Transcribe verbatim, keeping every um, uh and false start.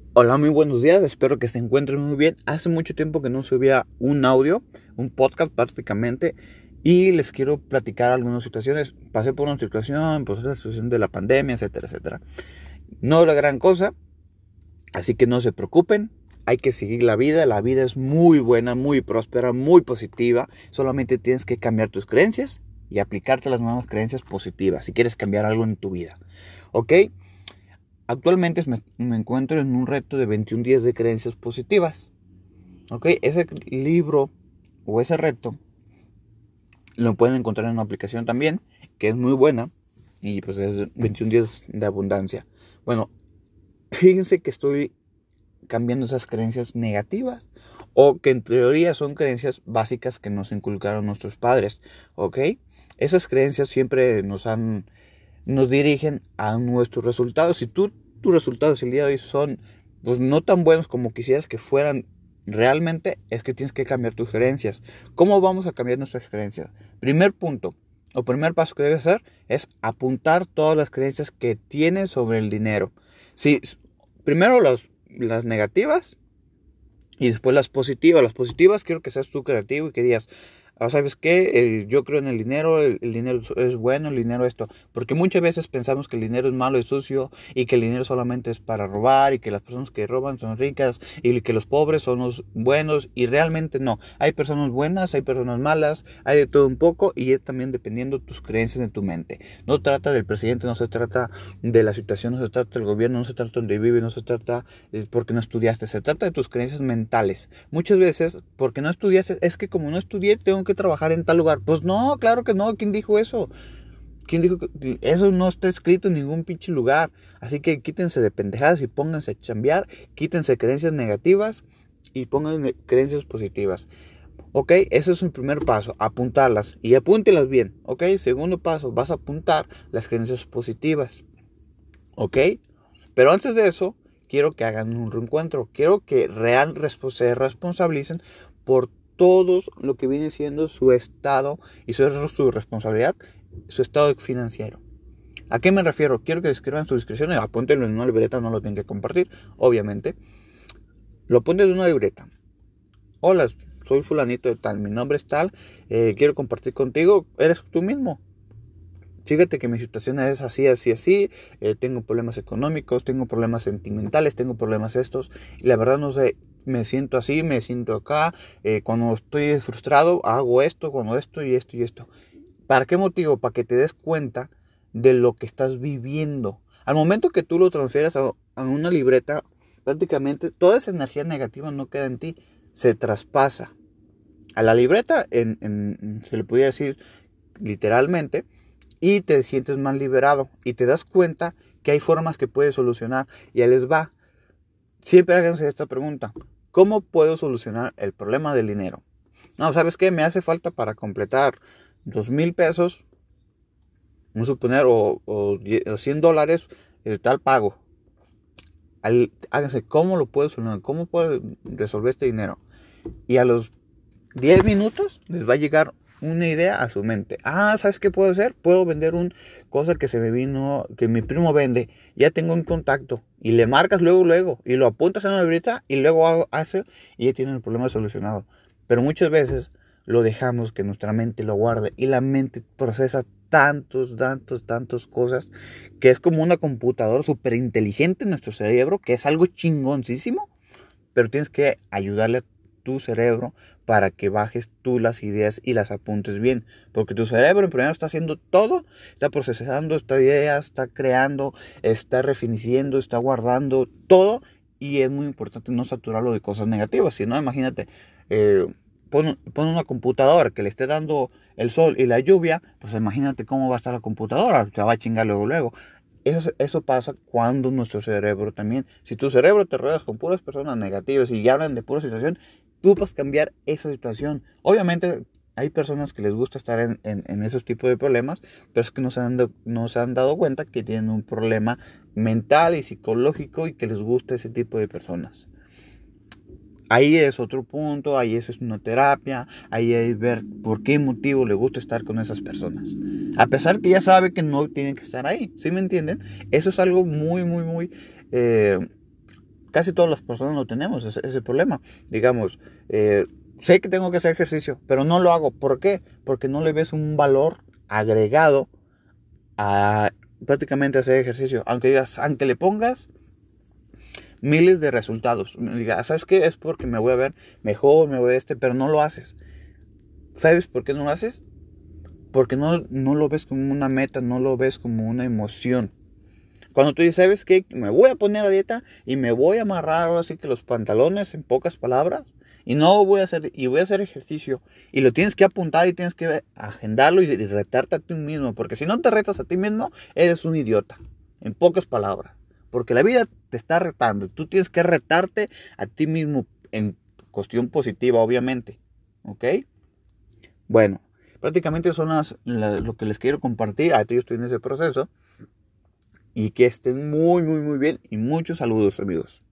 Hola, muy buenos días, espero que se encuentren muy bien. Hace mucho tiempo que no subía un audio, un podcast prácticamente, y les quiero platicar algunas situaciones. Pasé por una situación, pues esa situación de la pandemia, etcétera, etcétera. No la gran cosa, así que no se preocupen, hay que seguir la vida. La vida es muy buena, muy próspera, muy positiva. Solamente tienes que cambiar tus creencias y aplicarte las nuevas creencias positivas si quieres cambiar algo en tu vida. ¿Ok? Actualmente me, me encuentro en un reto de veintiún días de creencias positivas. ¿Ok? Ese libro o ese reto lo pueden encontrar en una aplicación también, que es muy buena. Y pues es veintiún días de abundancia. Bueno, fíjense que estoy cambiando esas creencias negativas, o que en teoría son creencias básicas que nos inculcaron nuestros padres. ¿Ok? Esas creencias siempre nos han nos dirigen a nuestros resultados. Si tú, tus resultados el día de hoy son pues no tan buenos como quisieras que fueran realmente, es que tienes que cambiar tus creencias. ¿Cómo vamos a cambiar nuestras creencias? Primer punto, o primer paso que debes hacer es apuntar todas las creencias que tienes sobre el dinero. Si, primero las, las negativas y después las positivas. Las positivas quiero que seas tú creativo y que digas, ah, ¿sabes qué? Eh, yo creo en el dinero, el, el dinero es bueno, el dinero esto. Porque muchas veces pensamos que el dinero es malo y sucio y que el dinero solamente es para robar y que las personas que roban son ricas y que los pobres son los buenos, y realmente no. Hay personas buenas, hay personas malas, hay de todo un poco, y es también dependiendo de tus creencias en tu mente. No trata del presidente, no se trata de la situación, no se trata del gobierno, no se trata de donde vive, no se trata de porque no estudiaste, se trata de tus creencias mentales. Muchas veces, porque no estudiaste, es que como no estudié, tengo que trabajar en tal lugar. Pues no, claro que no. ¿Quién dijo eso? ¿Quién dijo que eso no está escrito en ningún pinche lugar? Así que quítense de pendejadas y pónganse a chambear, quítense creencias negativas y pónganse creencias positivas. ¿Ok? Ese es el primer paso, apuntarlas, y apúntelas bien. ¿Ok? Segundo paso, vas a apuntar las creencias positivas. ¿Ok? Pero antes de eso, quiero que hagan un reencuentro. Quiero que real se responsabilicen por todo lo que viene siendo su estado y su, su responsabilidad, su estado financiero. ¿A qué me refiero? Quiero que escriban sus descripciones, apúntenlo en una libreta, no lo tienen que compartir, obviamente. Lo ponen en una libreta. Hola, soy fulanito de tal, mi nombre es tal, eh, quiero compartir contigo, eres tú mismo. Fíjate que mi situación es así, así, así, eh, tengo problemas económicos, tengo problemas sentimentales, tengo problemas estos, y la verdad no sé, me siento así, me siento acá, eh, cuando estoy frustrado hago esto, cuando esto y esto y esto. ¿Para qué motivo? Para que te des cuenta de lo que estás viviendo. Al momento que tú lo transfieras a, a una libreta, prácticamente toda esa energía negativa no queda en ti, se traspasa a la libreta, en, en, se le pudiera decir literalmente, y te sientes más liberado y te das cuenta que hay formas que puedes solucionar. Y ahí les va. Siempre háganse esta pregunta: ¿cómo puedo solucionar el problema del dinero? No, ¿sabes qué? Me hace falta para completar dos mil pesos, un suponer, o, o, o cien dólares, el tal pago. Al, háganse, ¿cómo lo puedo solucionar? ¿Cómo puedo resolver este dinero? Y a los diez minutos les va a llegar una idea a su mente. Ah, ¿sabes qué puedo hacer? Puedo vender un cosa que se me vino, que mi primo vende. Ya tengo un contacto. Y le marcas luego, luego. Y lo apuntas en una libreta y luego hace y ya tienen el problema solucionado. Pero muchas veces lo dejamos que nuestra mente lo guarde. Y la mente procesa tantos, tantos, tantos cosas, que es como una computadora súper inteligente en nuestro cerebro, que es algo chingoncísimo. Pero tienes que ayudarle a tu cerebro para que bajes tú las ideas y las apuntes bien. Porque tu cerebro en primero está haciendo todo, está procesando esta idea, está creando, está refiniciendo, está guardando todo. Y es muy importante no saturarlo de cosas negativas. Si no, imagínate, eh, pon, pon una computadora que le esté dando el sol y la lluvia, pues imagínate cómo va a estar la computadora, se va a chingar luego luego. Eso, eso pasa cuando nuestro cerebro también, si tu cerebro te rodeas con puras personas negativas y hablan de pura situación, tú vas a cambiar esa situación. Obviamente hay personas que les gusta estar en, en, en esos tipos de problemas, pero es que no se, han, no se han dado cuenta que tienen un problema mental y psicológico y que les gusta ese tipo de personas. Ahí es otro punto, ahí es una terapia, ahí es ver por qué motivo le gusta estar con esas personas. A pesar que ya sabe que no tienen que estar ahí, ¿sí me entienden? Eso es algo muy, muy, muy... Eh, casi todas las personas lo tenemos, ese, ese problema. Digamos, eh, sé que tengo que hacer ejercicio, pero no lo hago. ¿Por qué? Porque no le ves un valor agregado a prácticamente hacer ejercicio. Aunque digas, aunque le pongas miles de resultados. Diga, ¿sabes qué? Es porque me voy a ver mejor, me voy a este, pero no lo haces. ¿Sabes por qué no lo haces? Porque no, no lo ves como una meta, no lo ves como una emoción. Cuando tú dices, ¿sabes qué? Me voy a poner a dieta y me voy a amarrar ahora sí que los pantalones, en pocas palabras, y no voy a hacer, y voy a hacer ejercicio, y lo tienes que apuntar y tienes que agendarlo y, y retarte a ti mismo, porque si no te retas a ti mismo, eres un idiota, en pocas palabras, porque la vida te está retando, y tú tienes que retarte a ti mismo en cuestión positiva, obviamente, ¿ok? Bueno, prácticamente son las, las, lo que les quiero compartir. Ahorita yo estoy en ese proceso. Y que estén muy, muy, muy bien. Y muchos saludos, amigos.